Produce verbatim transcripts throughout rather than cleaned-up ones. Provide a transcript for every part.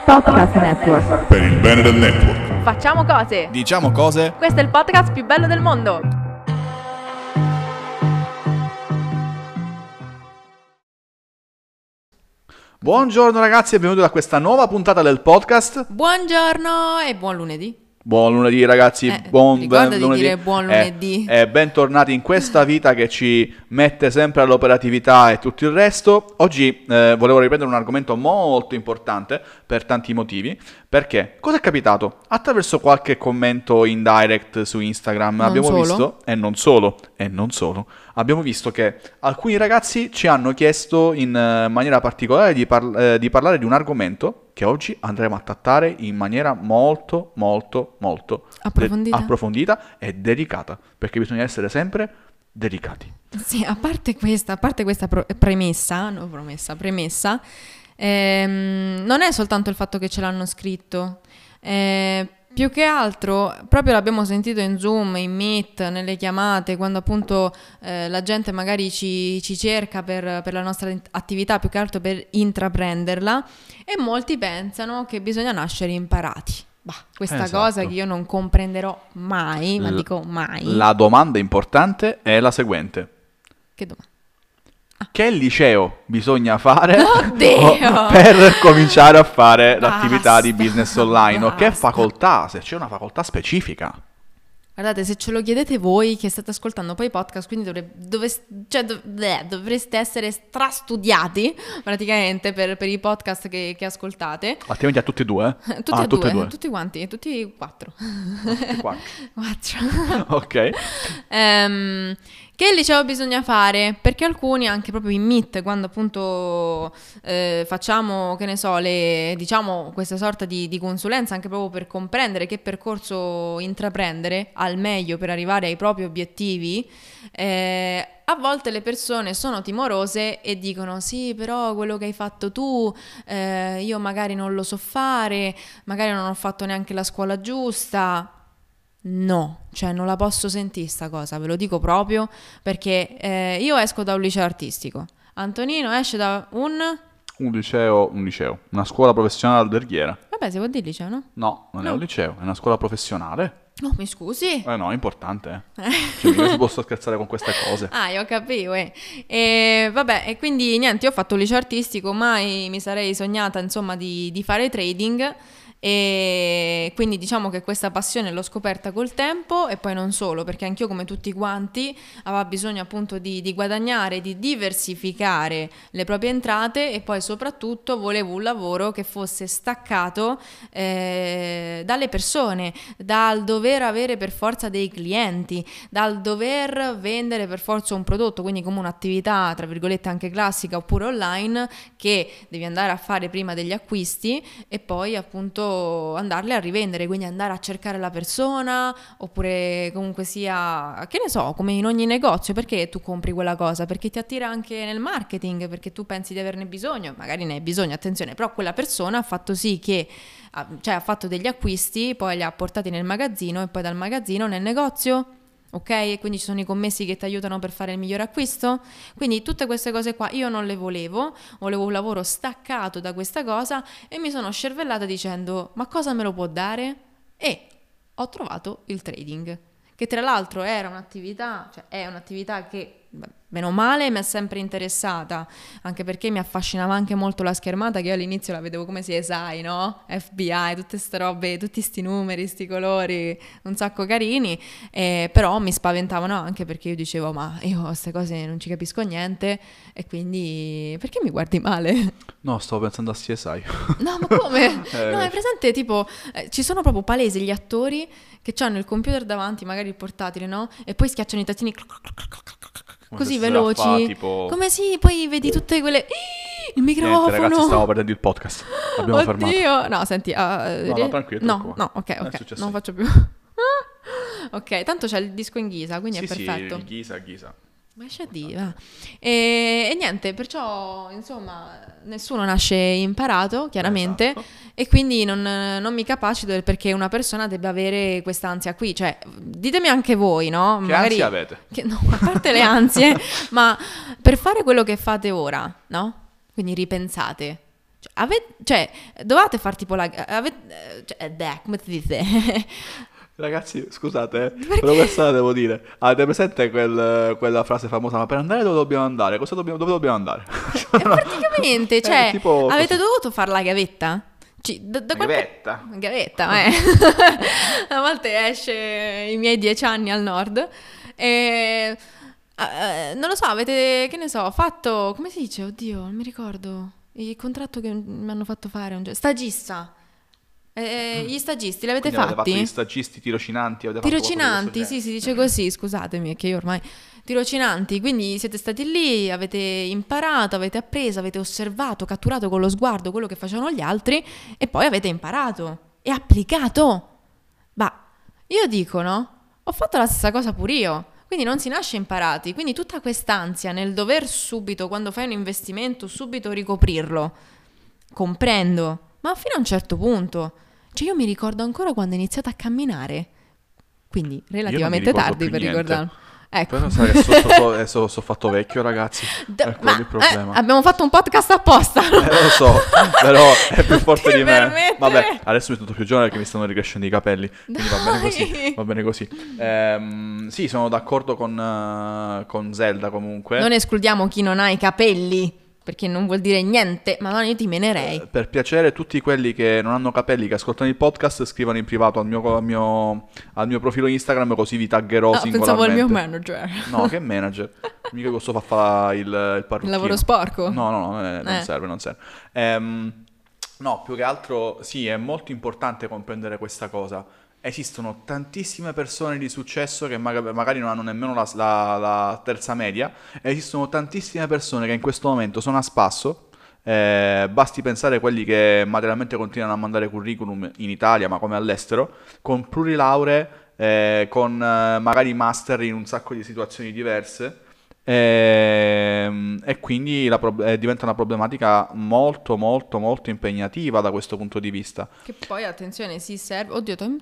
Podcast Network. Per il bene del network. Facciamo cose. Diciamo cose. Questo è il podcast più bello del mondo. Buongiorno ragazzi e benvenuti a questa nuova puntata del podcast. Buongiorno e buon lunedì. Buon lunedì ragazzi, Eh, buon ricorda ben di lunedì. dire buon lunedì. E bentornati in questa vita che ci mette sempre all'operatività e tutto il resto. Oggi eh, volevo riprendere un argomento molto importante per tanti motivi. Perché? Cosa è capitato? Attraverso qualche commento in direct su Instagram Non abbiamo solo. visto, e non solo, e non solo, abbiamo visto che alcuni ragazzi ci hanno chiesto in eh, maniera particolare di, par- eh, di parlare di un argomento che oggi andremo a trattare in maniera molto, molto, molto Approfondita. de- approfondita e delicata, perché bisogna essere sempre delicati. Sì, a parte questa, a parte questa pro- premessa, no, promessa, premessa, ehm, non è soltanto il fatto che ce l'hanno scritto, eh, più che altro, proprio l'abbiamo sentito in Zoom, in Meet, nelle chiamate, quando appunto eh, la gente magari ci, ci cerca per, per la nostra attività, più che altro per intraprenderla, e molti pensano che bisogna nascere imparati. Bah, questa Esatto. cosa che io non comprenderò mai, ma L- dico mai. La domanda importante è la seguente. Che domanda? Che liceo bisogna fare Oddio! per cominciare a fare Basta, l'attività di business online? O che basta. facoltà, se c'è una facoltà specifica? Guardate, se ce lo chiedete voi che state ascoltando poi i podcast, quindi dovre- dovest- cioè, dov- bleh, dovreste essere strastudiati praticamente per, per i podcast che, che ascoltate. Altrimenti a tutti e due? eh? Tutti Ah, e tutti due, e due. tutti quanti, tutti e quattro. Tutti e quattro. Quattro. Ok. Ehm, che liceo bisogna fare? Perché alcuni, anche proprio in Meet, quando appunto eh, facciamo, che ne so, le, diciamo questa sorta di, di consulenza, anche proprio per comprendere che percorso intraprendere al meglio per arrivare ai propri obiettivi, eh, a volte le persone sono timorose e dicono sì, però quello che hai fatto tu, eh, io magari non lo so fare, magari non ho fatto neanche la scuola giusta. No, cioè non la posso sentire sta cosa, ve lo dico proprio, perché eh, io esco da un liceo artistico, Antonino esce da un... Un liceo, un liceo, una scuola professionale alberghiera. Vabbè, si può dire liceo, no? No, non è No. un liceo, è una scuola professionale. No, mi scusi? Eh no, è importante. Eh. Cioè, mica si posso scherzare con queste cose. Ah, io capivo, eh. E vabbè, e quindi niente, io ho fatto un liceo artistico, mai mi sarei sognata, insomma, di, di fare trading, e quindi diciamo che questa passione l'ho scoperta col tempo, e poi non solo, perché anch'io come tutti quanti aveva bisogno appunto di, di guadagnare, di diversificare le proprie entrate, e poi soprattutto volevo un lavoro che fosse staccato eh, dalle persone, dal dover avere per forza dei clienti, dal dover vendere per forza un prodotto, quindi come un'attività tra virgolette anche classica oppure online, che devi andare a fare prima degli acquisti e poi appunto andarle a rivendere, quindi andare a cercare la persona, oppure comunque sia, che ne so, come in ogni negozio. Perché tu compri quella cosa? Perché ti attira anche nel marketing, perché tu pensi di averne bisogno, magari ne hai bisogno, attenzione, però quella persona ha fatto sì che, cioè ha fatto degli acquisti, poi li ha portati nel magazzino e poi dal magazzino nel negozio. Ok? E quindi ci sono i commessi che ti aiutano per fare il migliore acquisto. Quindi tutte queste cose qua io non le volevo, volevo un lavoro staccato da questa cosa, e mi sono scervellata dicendo: ma cosa me lo può dare? E ho trovato il trading, che tra l'altro era un'attività, cioè è un'attività che beh, meno o male mi è sempre interessata, anche perché mi affascinava anche molto la schermata, che io all'inizio la vedevo come C S I, no? F B I, tutte ste robe, tutti sti numeri, sti colori, un sacco carini, eh, però mi spaventavano anche perché io dicevo: ma io a queste cose non ci capisco niente, e quindi perché mi guardi male? No, stavo pensando a C S I. No, ma come? Eh. No, è presente, tipo, eh, ci sono proprio palesi gli attori che hanno il computer davanti, magari il portatile, no? E poi schiacciano i tattini Come così se si veloci. fa, tipo- Come sì, poi vedi tutte quelle... Il microfono! Niente, ragazzi, stavo perdendo il podcast. Abbiamo fermato. Oddio! No, senti... ah, No, rie- no, tranquillo, No, tocco. no, ok, Non è ok, successo non niente. faccio più... Ok, tanto c'è il disco in ghisa, quindi Sì, è perfetto. sì, Ghisa, Ghisa. Ma c'è di, va. E, e niente, perciò insomma nessuno nasce imparato, chiaramente, Esatto. e quindi non, non mi capacito del perché una persona debba avere quest'ansia qui. Cioè, ditemi anche voi, no? Che ansie avete? Che, no, a parte le ansie, ma per fare quello che fate ora, no? Quindi ripensate. Cioè, ave- cioè, dovevate far tipo la... Avete, cioè, eh, beh, come si dice? Ragazzi, scusate, eh, Perché? però questa la devo dire. Avete presente quel- quella frase famosa? Ma per andare dove dobbiamo andare? Cosa dobbiamo, dove dobbiamo andare? E praticamente, Eh, cioè, tipo avete così. dovuto far la gavetta? Ci- da, da Una qualche... gavetta. Gavetta, eh. A volte esce i miei dieci anni al nord e... eh, non lo so, avete, che ne so, fatto... Come si dice? Oddio, non mi ricordo. Il contratto che mi hanno fatto fare un giorno. Stagista. Eh, gli stagisti, li avete Quindi avete fatto gli fatti? stagisti, tirocinanti, avete fatto qualcosa di questo Tirocinanti, sì, genere? si dice così, scusatemi, è che io ormai... Tirocinanti, quindi siete stati lì, avete imparato, avete appreso, avete osservato, catturato con lo sguardo quello che facevano gli altri e poi avete imparato e applicato. Ma io dico, no? Ho fatto la stessa cosa pure io. Quindi non si nasce imparati, quindi tutta quest'ansia nel dover subito, quando fai un investimento, subito ricoprirlo. Comprendo, ma fino a un certo punto. Cioè io mi ricordo ancora quando ho iniziato a camminare, quindi Io non mi relativamente ricordo tardi più per niente. ricordarlo. Ecco. Però sai che so, so, so- adesso sono fatto vecchio, ragazzi. D- È ma quello il problema. eh, abbiamo fatto un podcast apposta. Eh, lo so, però è più forte Ti di me. permettere? Vabbè, adesso mi sento più giovane perché mi stanno ricrescendo i capelli. Quindi va bene Dai. così. Va bene così. Ehm, sì, sono d'accordo con, eh, con Zelda comunque. Non escludiamo chi non ha i capelli, perché non vuol dire niente, ma no, io ti menerei. Eh, Per piacere, tutti quelli che non hanno capelli, che ascoltano il podcast, scrivano in privato al mio, al mio, al mio profilo Instagram, così vi taggerò Ah, pensavo al singolarmente. mio manager. No, che manager? Mica posso far fare il, il Il parrucchino. lavoro sporco? No, no, no, eh, non Eh. serve, non serve. Ehm, no, più che altro, sì, è molto importante comprendere questa cosa. Esistono tantissime persone di successo che maga- magari non hanno nemmeno la, la- la terza media. Esistono tantissime persone che in questo momento sono a spasso. Eh, basti pensare a quelli che materialmente continuano a mandare curriculum in Italia, ma come all'estero, con plurilauree, eh, con eh, magari master in un sacco di situazioni diverse. Ehm, E, quindi la prob- eh, diventa una problematica molto, molto, molto impegnativa da questo punto di vista. Che poi, attenzione, si serve... Oddio, ti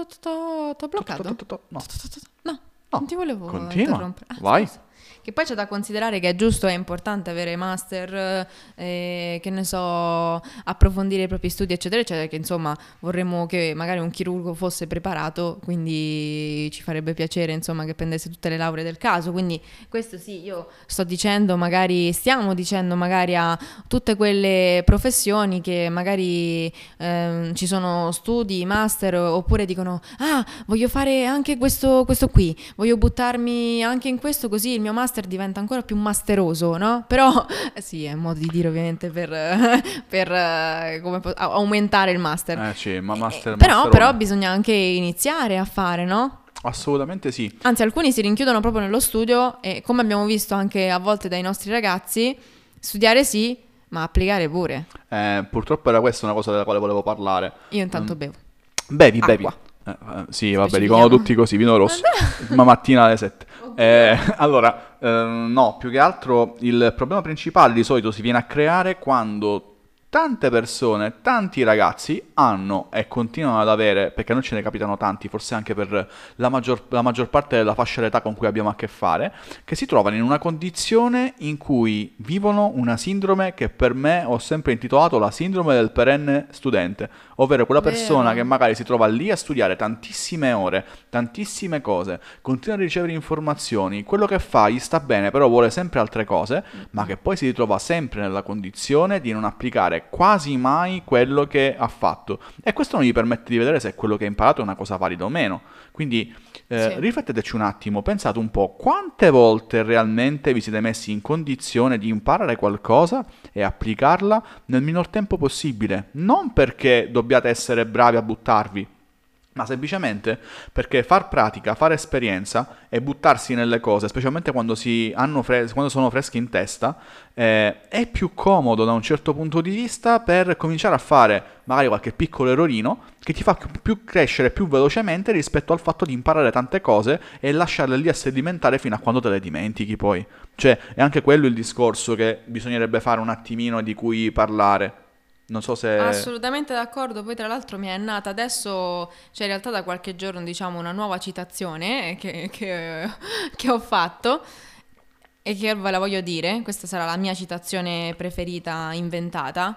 ho bloccato? No, No, no, non ti volevo continua, interrompere. Ah, vai. scusa. Che poi c'è da considerare che è giusto, è importante avere master, eh, che ne so, approfondire i propri studi, eccetera, eccetera, che insomma vorremmo che magari un chirurgo fosse preparato, quindi ci farebbe piacere, insomma, che prendesse tutte le lauree del caso. Quindi questo sì, io sto dicendo, magari stiamo dicendo magari a tutte quelle professioni che magari ehm, ci sono studi, master, oppure dicono, ah, voglio fare anche questo, questo qui, voglio buttarmi anche in questo così il mio master diventa ancora più masteroso, no? Però, eh, sì, è un modo di dire ovviamente per, per eh, come po- a- aumentare il master. Eh sì, ma Eh, master, però, masterone. però bisogna anche iniziare a fare, no? Assolutamente sì. Anzi, alcuni si rinchiudono proprio nello studio e, come abbiamo visto anche a volte dai nostri ragazzi, studiare sì, ma applicare pure. Eh, purtroppo era questa una cosa della quale volevo parlare. Io intanto Mm. bevo. Bevi, bevi. Acqua. Eh, eh, sì, vabbè, Specifichiamo. dicono tutti così, vino rosso. Ma mattina alle sette. Eh, allora, ehm, no, più che altro il problema principale di solito si viene a creare quando tante persone, tanti ragazzi hanno e continuano ad avere, perché non ce ne capitano tanti, forse anche per la maggior, la maggior parte della fascia d'età con cui abbiamo a che fare, che si trovano in una condizione in cui vivono una sindrome che per me ho sempre intitolato la sindrome del perenne studente, ovvero quella persona Vero. che magari si trova lì a studiare tantissime ore, tantissime cose, continua a ricevere informazioni, quello che fa gli sta bene, però vuole sempre altre cose, ma che poi si ritrova sempre nella condizione di non applicare quasi mai quello che ha fatto. E questo non gli permette di vedere se quello che ha imparato è una cosa valida o meno. Quindi eh, Sì. rifletteteci un attimo, pensate un po' quante volte realmente vi siete messi in condizione di imparare qualcosa e applicarla nel minor tempo possibile. Non perché dobbiate essere bravi a buttarvi, ma semplicemente perché far pratica, fare esperienza e buttarsi nelle cose, specialmente quando, si hanno fres- quando sono freschi in testa, eh, è più comodo da un certo punto di vista per cominciare a fare magari qualche piccolo errorino che ti fa più- più crescere più velocemente rispetto al fatto di imparare tante cose e lasciarle lì a sedimentare fino a quando te le dimentichi poi. Cioè, è anche quello il discorso che bisognerebbe fare un attimino di cui parlare. Non so se... Assolutamente d'accordo, poi tra l'altro mi è nata adesso, cioè in realtà da qualche giorno diciamo una nuova citazione che, che- che ho fatto e che ve la voglio dire, questa sarà la mia citazione preferita inventata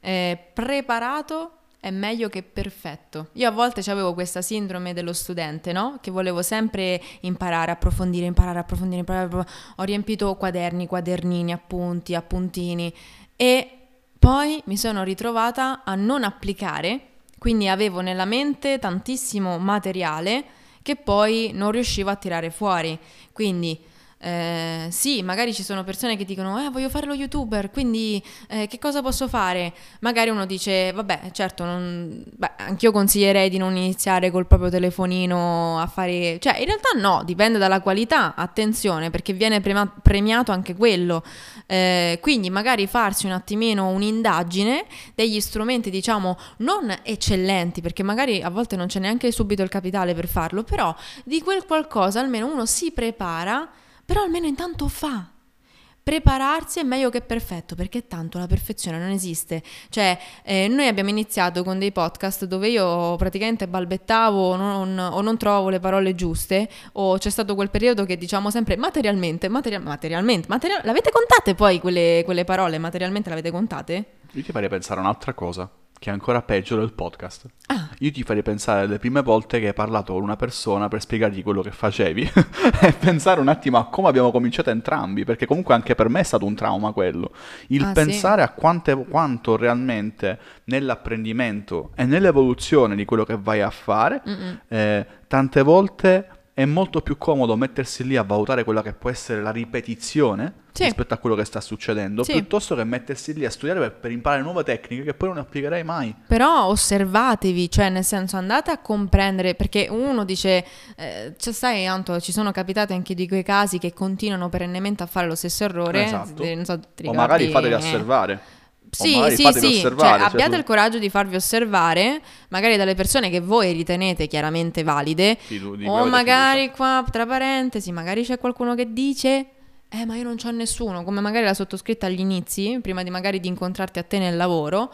eh, preparato è meglio che perfetto. Io a volte avevo questa sindrome dello studente, no? Che volevo sempre imparare, approfondire, imparare, approfondire, imparare. approfondire. Ho riempito quaderni, quadernini, appunti, appuntini e poi mi sono ritrovata a non applicare, quindi avevo nella mente tantissimo materiale che poi non riuscivo a tirare fuori. Quindi Eh, sì, magari ci sono persone che dicono eh, voglio fare lo youtuber, quindi eh, che cosa posso fare? Magari uno dice vabbè, certo, non... Beh, anch'io consiglierei di non iniziare col proprio telefonino a fare, cioè in realtà no, dipende dalla qualità, attenzione, perché viene prema- premiato anche quello, eh, quindi magari farsi un attimino un'indagine degli strumenti, diciamo, non eccellenti, perché magari a volte non c'è neanche subito il capitale per farlo, però di quel qualcosa almeno uno si prepara. Però almeno intanto fa. Prepararsi è meglio che perfetto, perché tanto la perfezione non esiste. Cioè, eh, noi abbiamo iniziato con dei podcast dove io praticamente balbettavo non, o non trovo le parole giuste, o c'è stato quel periodo che diciamo sempre materialmente, material, materialmente, material, l'avete contate poi quelle, quelle parole, materialmente l'avete contate? Io ti farei pensare a un'altra cosa, che è ancora peggio del podcast. Ah. Io ti farei pensare alle prime volte che hai parlato con una persona per spiegargli quello che facevi e pensare un attimo a come abbiamo cominciato entrambi, perché comunque anche per me è stato un trauma quello. Il Ah, pensare sì? a quante, quanto realmente nell'apprendimento e nell'evoluzione di quello che vai a fare, eh, tante volte è molto più comodo mettersi lì a valutare quella che può essere la ripetizione Sì. rispetto a quello che sta succedendo, Sì. piuttosto che mettersi lì a studiare per, per imparare nuove tecniche che poi non applicherai mai. Però osservatevi, cioè nel senso andate a comprendere, perché uno dice, eh, cioè sai Anto, ci sono capitati anche di quei casi che continuano perennemente a fare lo stesso errore, Esatto. eh, non so, ti O magari ricordi, fatevi eh, osservare. O Sì, magari sì, fatevi sì, osservare, cioè cioè abbiate tu- il coraggio di farvi osservare, magari dalle persone che voi ritenete chiaramente valide, Sì, tu- di cui o avete magari qua, tra parentesi, magari c'è qualcuno che dice, eh ma io non c'ho nessuno, come magari la sottoscritta agli inizi, prima di magari di incontrarti a te nel lavoro,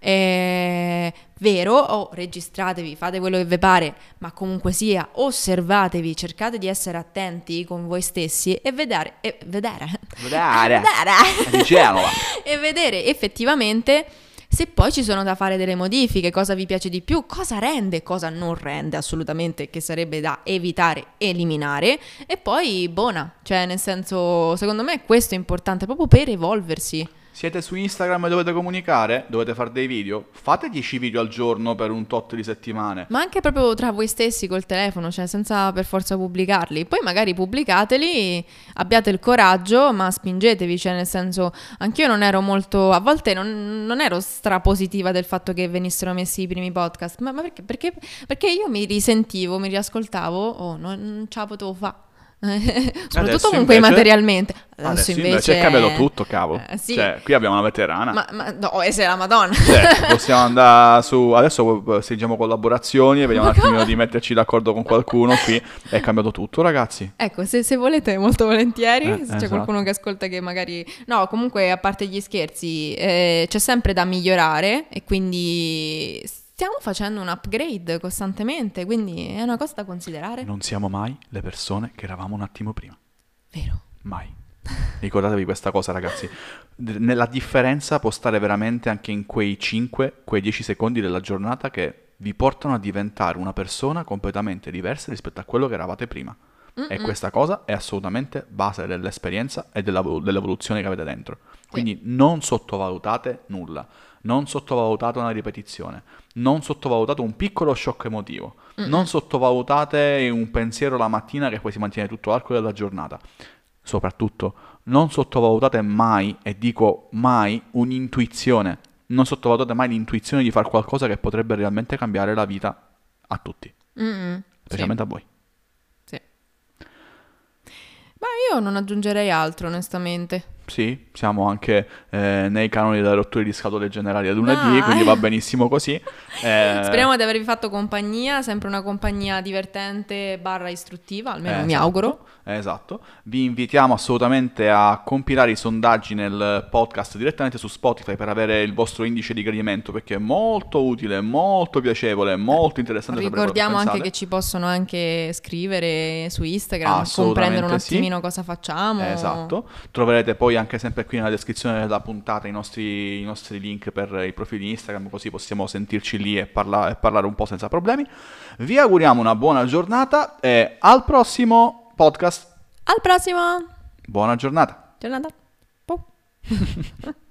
è vero, o registratevi, fate quello che vi pare, ma comunque sia, osservatevi, cercate di essere attenti con voi stessi e vedere, e vedere, Vedere. vedere. Di Genova. E vedere effettivamente se poi ci sono da fare delle modifiche, cosa vi piace di più, cosa rende, cosa non rende assolutamente, che sarebbe da evitare, eliminare, e poi buona, cioè nel senso, secondo me questo è importante proprio per evolversi. Siete su Instagram e dovete comunicare? Dovete fare dei video? Fate dieci video al giorno per un tot di settimane. Ma anche proprio tra voi stessi col telefono, cioè senza per forza pubblicarli. Poi magari pubblicateli, abbiate il coraggio, ma spingetevi, cioè nel senso, anch'io non ero molto, a volte non, non ero strapositiva del fatto che venissero messi i primi podcast, ma, ma perché? perché? Perché io mi risentivo, mi riascoltavo, oh, non, non ce la potevo fare. Soprattutto Adesso comunque invece- materialmente. Adesso, Adesso invece, invece è cambiato tutto, cavolo. Eh, sì. Cioè, qui abbiamo una veterana. Ma, ma no, e sei la Madonna. Cioè, possiamo andare su. Adesso stringiamo collaborazioni e vediamo un attimino di metterci d'accordo con qualcuno. Qui è cambiato tutto, ragazzi. Ecco, se, se volete, molto volentieri, Eh, se c'è esatto. qualcuno che ascolta che magari... No, comunque, a parte gli scherzi, eh, c'è sempre da migliorare e quindi stiamo facendo un upgrade costantemente, quindi è una cosa da considerare. Non siamo mai le persone che eravamo un attimo prima. Vero. Mai. Ricordatevi questa cosa, ragazzi. D- nella differenza può stare veramente anche in quei cinque, quei dieci secondi della giornata che vi portano a diventare una persona completamente diversa rispetto a quello che eravate prima. E questa cosa è assolutamente base dell'esperienza e della- dell'evoluzione che avete dentro. Quindi non sottovalutate nulla, non sottovalutate una ripetizione, non sottovalutate un piccolo shock emotivo, non sottovalutate un pensiero la mattina che poi si mantiene tutto l'arco della giornata. Soprattutto, non sottovalutate mai, e dico mai, un'intuizione. Non sottovalutate mai l'intuizione di fare qualcosa che potrebbe realmente cambiare la vita a tutti, Mm-mm. specialmente a voi. Sì. Ma io non aggiungerei altro, onestamente. Sì, siamo anche eh, nei canoni delle rotture di scatole generali a lunedì, Dai. quindi va benissimo così. Eh, Speriamo di avervi fatto compagnia, sempre una compagnia divertente barra istruttiva, almeno eh, mi esatto, auguro. Esatto. Vi invitiamo assolutamente a compilare i sondaggi nel podcast direttamente su Spotify per avere il vostro indice di gradimento, perché è molto utile, molto piacevole, molto interessante sapere quello che Ricordiamo anche pensate. che ci possono anche scrivere su Instagram, Assolutamente comprendere un sì. attimino cosa facciamo. Esatto, troverete poi anche sempre qui nella descrizione della puntata i nostri, i nostri link per i profili Instagram, così possiamo sentirci lì e, parla- e parlare un po' senza problemi. Vi auguriamo una buona giornata e al prossimo podcast. Al prossimo! Buona giornata. Giornata. Boh.